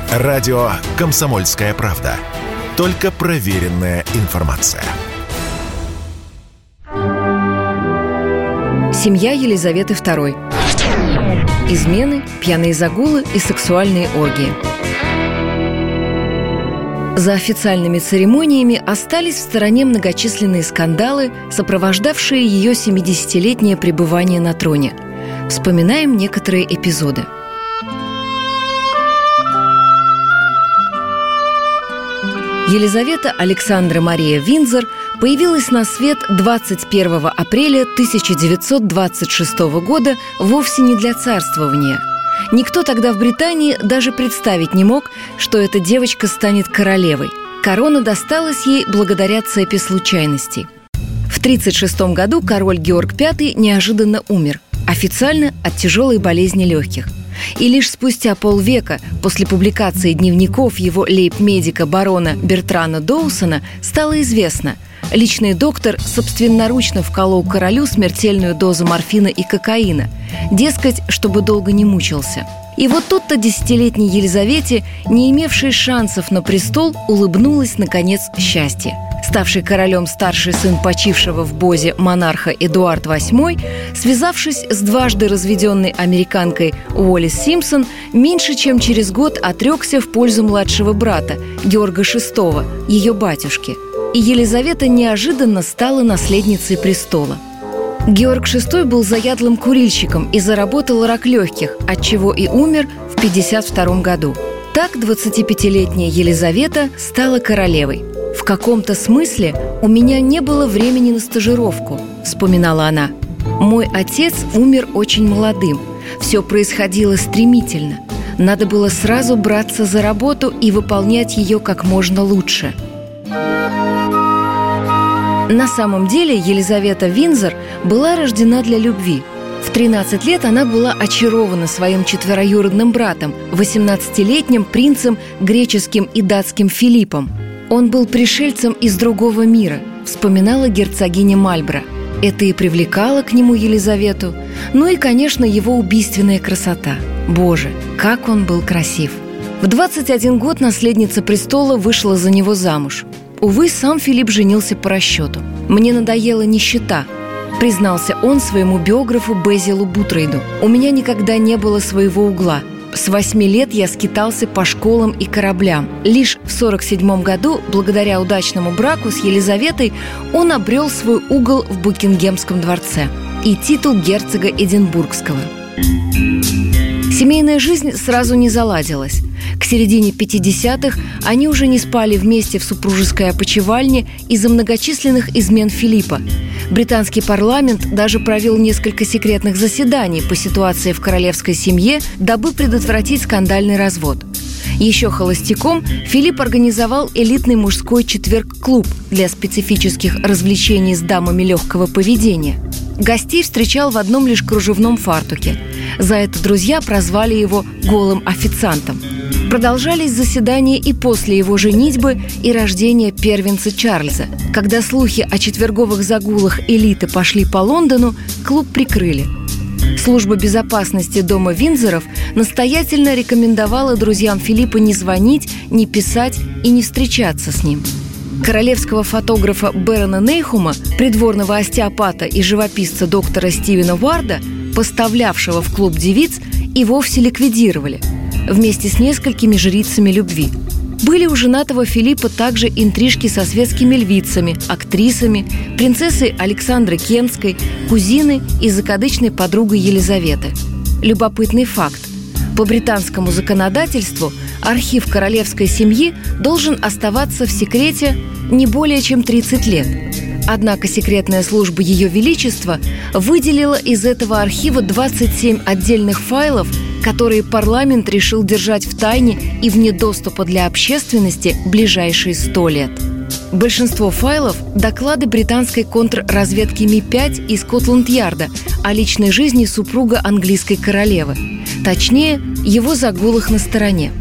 Радио «Комсомольская правда». Только проверенная информация. Семья Елизаветы II. Измены, пьяные загулы и сексуальные оргии. За официальными церемониями остались в стороне многочисленные скандалы, сопровождавшие ее 70-летнее пребывание на троне. Вспоминаем некоторые эпизоды. Елизавета Александра Мария Виндзор появилась на свет 21 апреля 1926 года вовсе не для царствования. Никто тогда в Британии даже представить не мог, что эта девочка станет королевой. Корона досталась ей благодаря цепи случайностей. В 1936 году король Георг V неожиданно умер, официально от тяжелой болезни легких. И лишь спустя полвека после публикации дневников его лейб-медика барона Бертрана Доусона стало известно – личный доктор собственноручно вколол королю смертельную дозу морфина и кокаина, дескать, чтобы долго не мучился. И вот тут-то десятилетней Елизавете, не имевшей шансов на престол, улыбнулось, наконец, счастье. Ставший королем старший сын почившего в Бозе монарха Эдуард VIII, связавшись с дважды разведенной американкой Уоллес Симпсон, меньше чем через год отрекся в пользу младшего брата Георга VI, ее батюшки. И Елизавета неожиданно стала наследницей престола. Георг VI был заядлым курильщиком и заработал рак легких, отчего и умер в 1952 году. Так 25-летняя Елизавета стала королевой. «В каком-то смысле у меня не было времени на стажировку», – вспоминала она. «Мой отец умер очень молодым. Все происходило стремительно. Надо было сразу браться за работу и выполнять ее как можно лучше». На самом деле Елизавета Виндзор была рождена для любви. В 13 лет она была очарована своим четвероюродным братом, 18-летним принцем греческим и датским Филиппом. «Он был пришельцем из другого мира», – вспоминала герцогиня Мальборо. Это и привлекало к нему Елизавету. Ну и, конечно, его убийственная красота. Боже, как он был красив! В 21 год наследница престола вышла за него замуж. Увы, сам Филипп женился по расчету. «Мне надоела нищета», – признался он своему биографу Безилу Бутрейду. «У меня никогда не было своего угла. С 8 лет я скитался по школам и кораблям. Лишь в 1947 году, благодаря удачному браку с Елизаветой, он обрел свой угол в Букингемском дворце и титул герцога Эдинбургского». Семейная жизнь сразу не заладилась. К середине 50-х они уже не спали вместе в супружеской опочивальне из-за многочисленных измен Филиппа. Британский парламент даже провел несколько секретных заседаний по ситуации в королевской семье, дабы предотвратить скандальный развод. Еще холостяком Филипп организовал элитный мужской четверг-клуб для специфических развлечений с дамами легкого поведения. Гостей встречал в одном лишь кружевном фартуке. За это друзья прозвали его «голым официантом». Продолжались заседания и после его женитьбы и рождения первенца Чарльза. Когда слухи о четверговых загулах элиты пошли по Лондону, клуб прикрыли. Служба безопасности дома Виндзоров настоятельно рекомендовала друзьям Филиппа не звонить, не писать и не встречаться с ним. Королевского фотографа Бэрона Нейхума, придворного остеопата и живописца доктора Стивена Уарда, поставлявшего в клуб девиц, и вовсе ликвидировали, вместе с несколькими жрицами любви. Были у женатого Филиппа также интрижки со светскими львицами, актрисами, принцессой Александрой Кентской, кузиной и закадычной подругой Елизаветы. Любопытный факт. По британскому законодательству архив королевской семьи должен оставаться в секрете не более чем 30 лет. Однако секретная служба Ее Величества выделила из этого архива 27 отдельных файлов, которые парламент решил держать в тайне и вне доступа для общественности ближайшие 100 лет. Большинство файлов – доклады британской контрразведки Ми-5 и Скотланд-Ярда о личной жизни супруга английской королевы. Точнее, его загулах на стороне.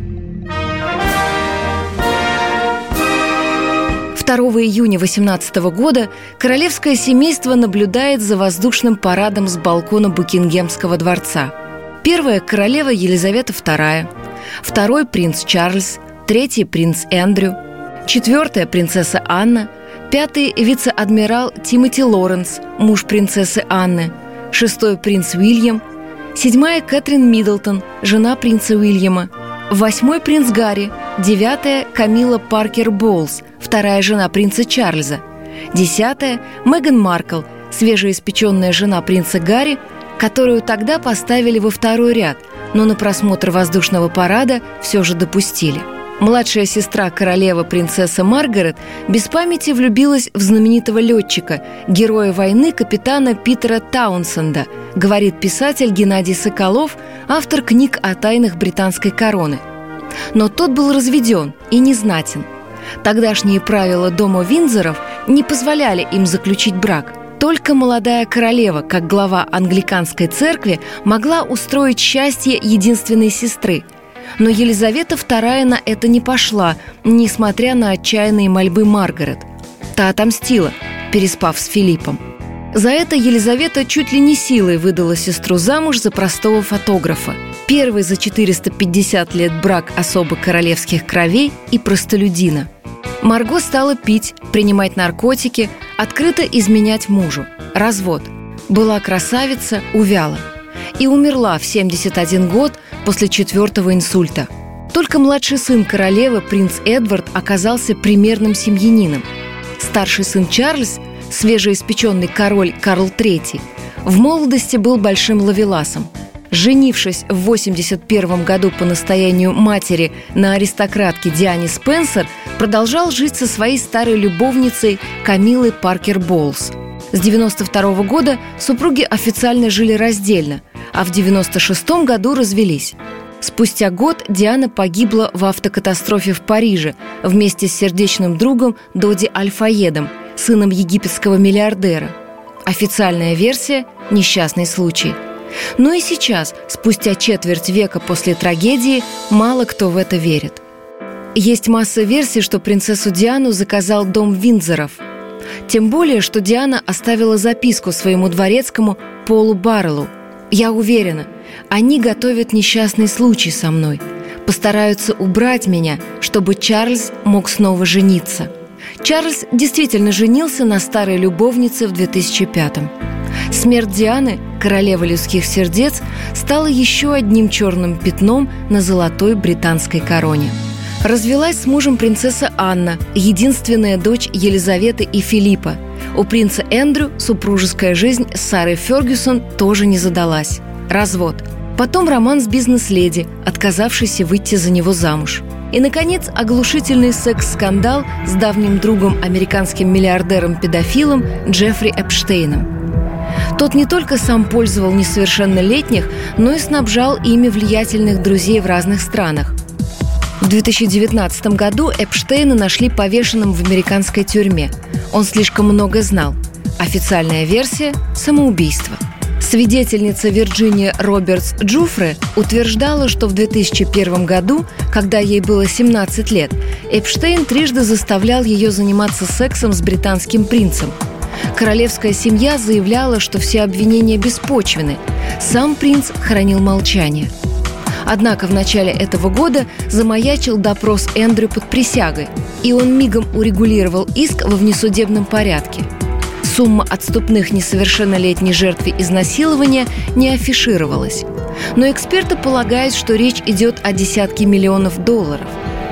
2 июня 18 года королевское семейство наблюдает за воздушным парадом с балкона Букингемского дворца. Первая королева Елизавета II, второй принц Чарльз, третий принц Эндрю, четвертая принцесса Анна, пятый вице-адмирал Тимоти Лоренс, муж принцессы Анны, шестой принц Уильям, седьмая Кэтрин Миддлтон, жена принца Уильяма, восьмой принц Гарри, девятая Камила Паркер Боулс, вторая жена принца Чарльза, десятая Меган Маркл, свежеиспеченная жена принца Гарри, которую тогда поставили во второй ряд, но на просмотр воздушного парада все же допустили. Младшая сестра королевы принцесса Маргарет без памяти влюбилась в знаменитого летчика, героя войны капитана Питера Таунсенда, говорит писатель Геннадий Соколов, автор книг о тайнах британской короны. Но тот был разведен и незнатен. Тогдашние правила дома Виндзоров не позволяли им заключить брак. Только молодая королева, как глава англиканской церкви, могла устроить счастье единственной сестры. Но Елизавета II на это не пошла, несмотря на отчаянные мольбы Маргарет. Та отомстила, переспав с Филиппом. За это Елизавета чуть ли не силой выдала сестру замуж за простого фотографа. Первый за 450 лет брак особо королевских кровей и простолюдина. Марго стала пить, принимать наркотики, открыто изменять мужу. Развод. Была красавица, увяла. И умерла в 71 год после 4-го инсульта. Только младший сын королевы, принц Эдвард, оказался примерным семьянином. Старший сын Чарльз, свежеиспеченный король Карл III, в молодости был большим ловеласом. Женившись в 81 году по настоянию матери на аристократке Диане Спенсер, продолжал жить со своей старой любовницей Камилой Паркер Боулс. С 92 года супруги официально жили раздельно, а в 96 году развелись. Спустя год Диана погибла в автокатастрофе в Париже вместе с сердечным другом Доди Аль-Фаедом, сыном египетского миллиардера. Официальная версия – несчастный случай. Но и сейчас, спустя четверть века после трагедии, мало кто в это верит. Есть масса версий, что принцессу Диану заказал дом Виндзоров. Тем более, что Диана оставила записку своему дворецкому Полу Барреллу. «Я уверена, они готовят несчастный случай со мной. Постараются убрать меня, чтобы Чарльз мог снова жениться». Чарльз действительно женился на старой любовнице в 2005-м. Смерть Дианы, королевы людских сердец, стала еще одним черным пятном на золотой британской короне. Развелась с мужем принцесса Анна, единственная дочь Елизаветы и Филиппа. У принца Эндрю супружеская жизнь с Сарой Фергюсон тоже не задалась. Развод. Потом роман с бизнес-леди, отказавшейся выйти за него замуж. И, наконец, оглушительный секс-скандал с давним другом, американским миллиардером-педофилом Джеффри Эпштейном. Тот не только сам пользовал несовершеннолетних, но и снабжал ими влиятельных друзей в разных странах. В 2019 году Эпштейна нашли повешенным в американской тюрьме. Он слишком много знал. Официальная версия – самоубийство. Свидетельница Вирджиния Робертс Джуфре утверждала, что в 2001 году, когда ей было 17 лет, Эпштейн трижды заставлял ее заниматься сексом с британским принцем. Королевская семья заявляла, что все обвинения беспочвены. Сам принц хранил молчание. Однако в начале этого года замаячил допрос Эндрю под присягой, и он мигом урегулировал иск во внесудебном порядке. Сумма отступных несовершеннолетней жертве изнасилования не афишировалась. Но эксперты полагают, что речь идет о десятке миллионов долларов.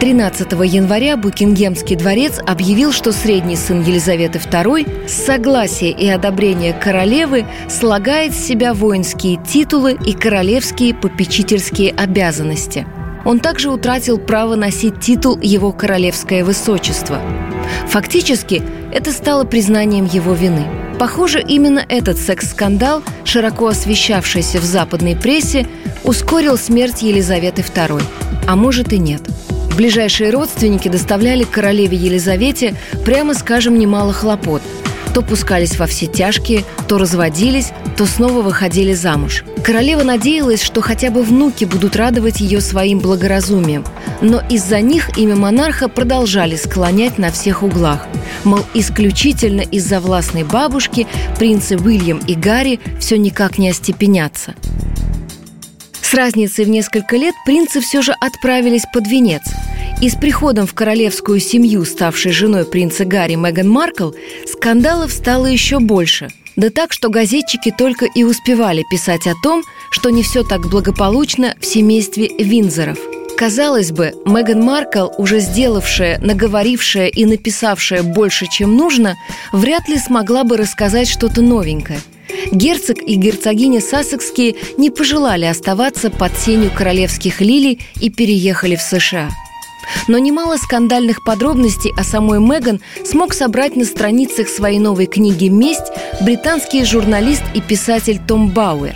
13 января Букингемский дворец объявил, что средний сын Елизаветы II с согласия и одобрения королевы слагает с себя воинские титулы и королевские попечительские обязанности. Он также утратил право носить титул «Его королевское высочество». Фактически, это стало признанием его вины. Похоже, именно этот секс-скандал, широко освещавшийся в западной прессе, ускорил смерть Елизаветы II. А может и нет. Ближайшие родственники доставляли королеве Елизавете, прямо скажем, немало хлопот. То пускались во все тяжкие, то разводились, то снова выходили замуж. Королева надеялась, что хотя бы внуки будут радовать ее своим благоразумием. Но из-за них имя монарха продолжали склонять на всех углах. Мол, исключительно из-за властной бабушки принцы Уильям и Гарри все никак не остепенятся. С разницей в несколько лет принцы все же отправились под венец. И с приходом в королевскую семью, ставшей женой принца Гарри Меган Маркл, скандалов стало еще больше. Да так, что газетчики только и успевали писать о том, что не все так благополучно в семействе Виндзоров. Казалось бы, Меган Маркл, уже сделавшая, наговорившая и написавшая больше, чем нужно, вряд ли смогла бы рассказать что-то новенькое. Герцог и герцогиня Сассекские не пожелали оставаться под сенью королевских лилий и переехали в США. Но немало скандальных подробностей о самой Меган смог собрать на страницах своей новой книги «Месть» британский журналист и писатель Том Бауэр.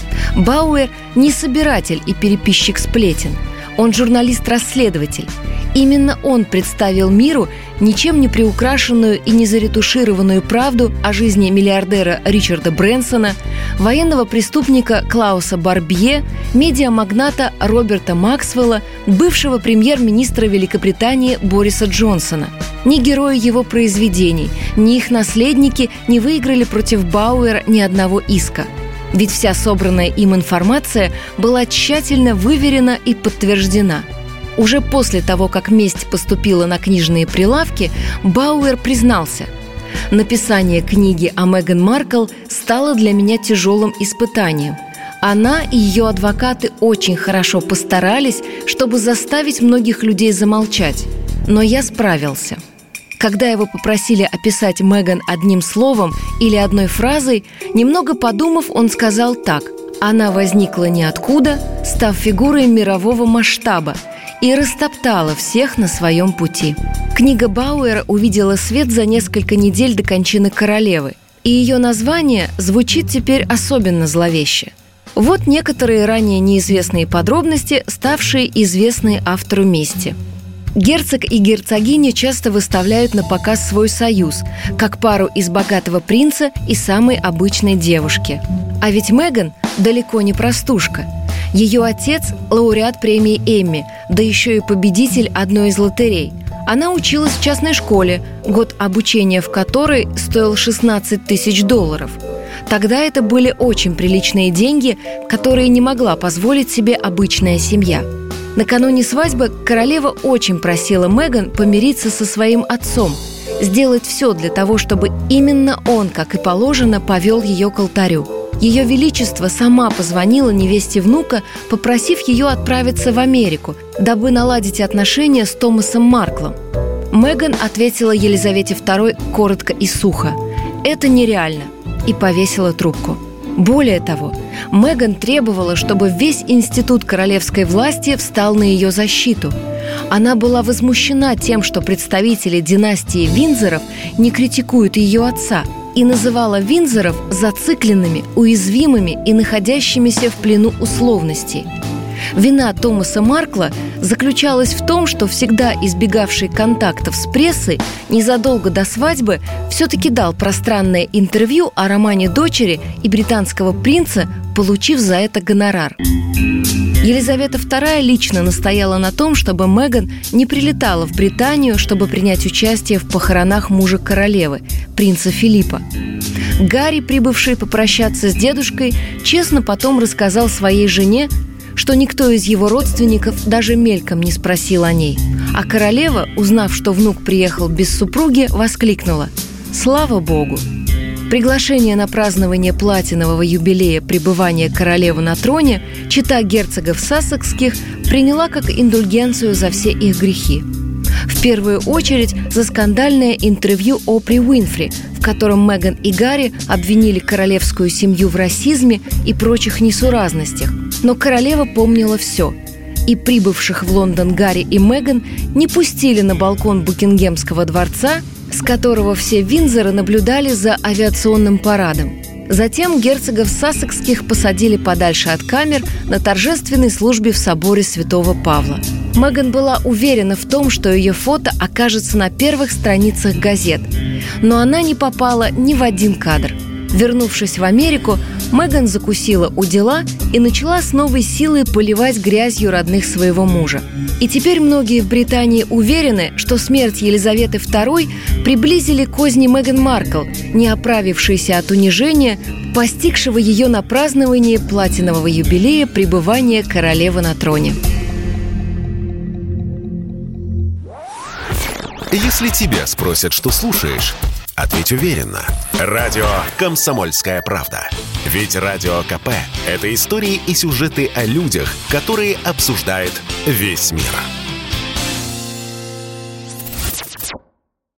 Бауэр не собиратель и переписчик сплетен. Он журналист-расследователь. Именно он представил миру ничем не приукрашенную и не заретушированную правду о жизни миллиардера Ричарда Брэнсона, военного преступника Клауса Барбье, медиамагната Роберта Максвелла, бывшего премьер-министра Великобритании Бориса Джонсона. Ни герои его произведений, ни их наследники не выиграли против Бауэра ни одного иска. Ведь вся собранная им информация была тщательно выверена и подтверждена. Уже после того, как «Месть» поступила на книжные прилавки, Бауэр признался: «Написание книги о Меган Маркл стало для меня тяжелым испытанием. Она и ее адвокаты очень хорошо постарались, чтобы заставить многих людей замолчать. Но я справился». Когда его попросили описать Меган одним словом или одной фразой, немного подумав, он сказал так: «Она возникла ниоткуда, став фигурой мирового масштаба, и растоптала всех на своем пути». Книга Бауэра увидела свет за несколько недель до кончины королевы, и ее название звучит теперь особенно зловеще. Вот некоторые ранее неизвестные подробности, ставшие известны автору «Мести». Герцог и герцогиня часто выставляют на показ свой союз, как пару из богатого принца и самой обычной девушки. А ведь Меган далеко не простушка. Ее отец – лауреат премии Эмми, да еще и победитель одной из лотерей. Она училась в частной школе, год обучения в которой стоил $16 тысяч. Тогда это были очень приличные деньги, которые не могла позволить себе обычная семья. Накануне свадьбы королева очень просила Меган помириться со своим отцом, сделать все для того, чтобы именно он, как и положено, повел ее к алтарю. Ее Величество сама позвонила невесте внука, попросив ее отправиться в Америку, дабы наладить отношения с Томасом Марклом. Меган ответила Елизавете II коротко и сухо: «Это нереально», и повесила трубку. Более того, Меган требовала, чтобы весь институт королевской власти встал на ее защиту. Она была возмущена тем, что представители династии Виндзоров не критикуют ее отца, и называла Виндзоров зацикленными, уязвимыми и находящимися в плену условностей. Вина Томаса Маркла заключалась в том, что всегда избегавший контактов с прессой незадолго до свадьбы все-таки дал пространное интервью о романе дочери и британского принца, получив за это гонорар. Елизавета II лично настояла на том, чтобы Меган не прилетала в Британию, чтобы принять участие в похоронах мужа королевы, принца Филиппа. Гарри, прибывший попрощаться с дедушкой, честно потом рассказал своей жене, что никто из его родственников даже мельком не спросил о ней. А королева, узнав, что внук приехал без супруги, воскликнула: «Слава Богу!». Приглашение на празднование платинового юбилея пребывания королевы на троне чета герцогов Сассекских приняла как индульгенцию за все их грехи. В первую очередь за скандальное интервью Опри Уинфри, в котором Меган и Гарри обвинили королевскую семью в расизме и прочих несуразностях. Но королева помнила все. И прибывших в Лондон Гарри и Меган не пустили на балкон Букингемского дворца, с которого все Виндзоры наблюдали за авиационным парадом. Затем герцогов Сассекских посадили подальше от камер на торжественной службе в соборе Святого Павла. Меган была уверена в том, что ее фото окажется на первых страницах газет. Но она не попала ни в один кадр. Вернувшись в Америку, Меган закусила у дела и начала с новой силой поливать грязью родных своего мужа. И теперь многие в Британии уверены, что смерть Елизаветы II приблизили козни Меган Маркл, не оправившейся от унижения, постигшего ее на праздновании платинового юбилея пребывания королевы на троне. Если тебя спросят, что слушаешь, ответь уверенно. Радио «Комсомольская правда». Ведь Радио КП – это истории и сюжеты о людях, которые обсуждает весь мир.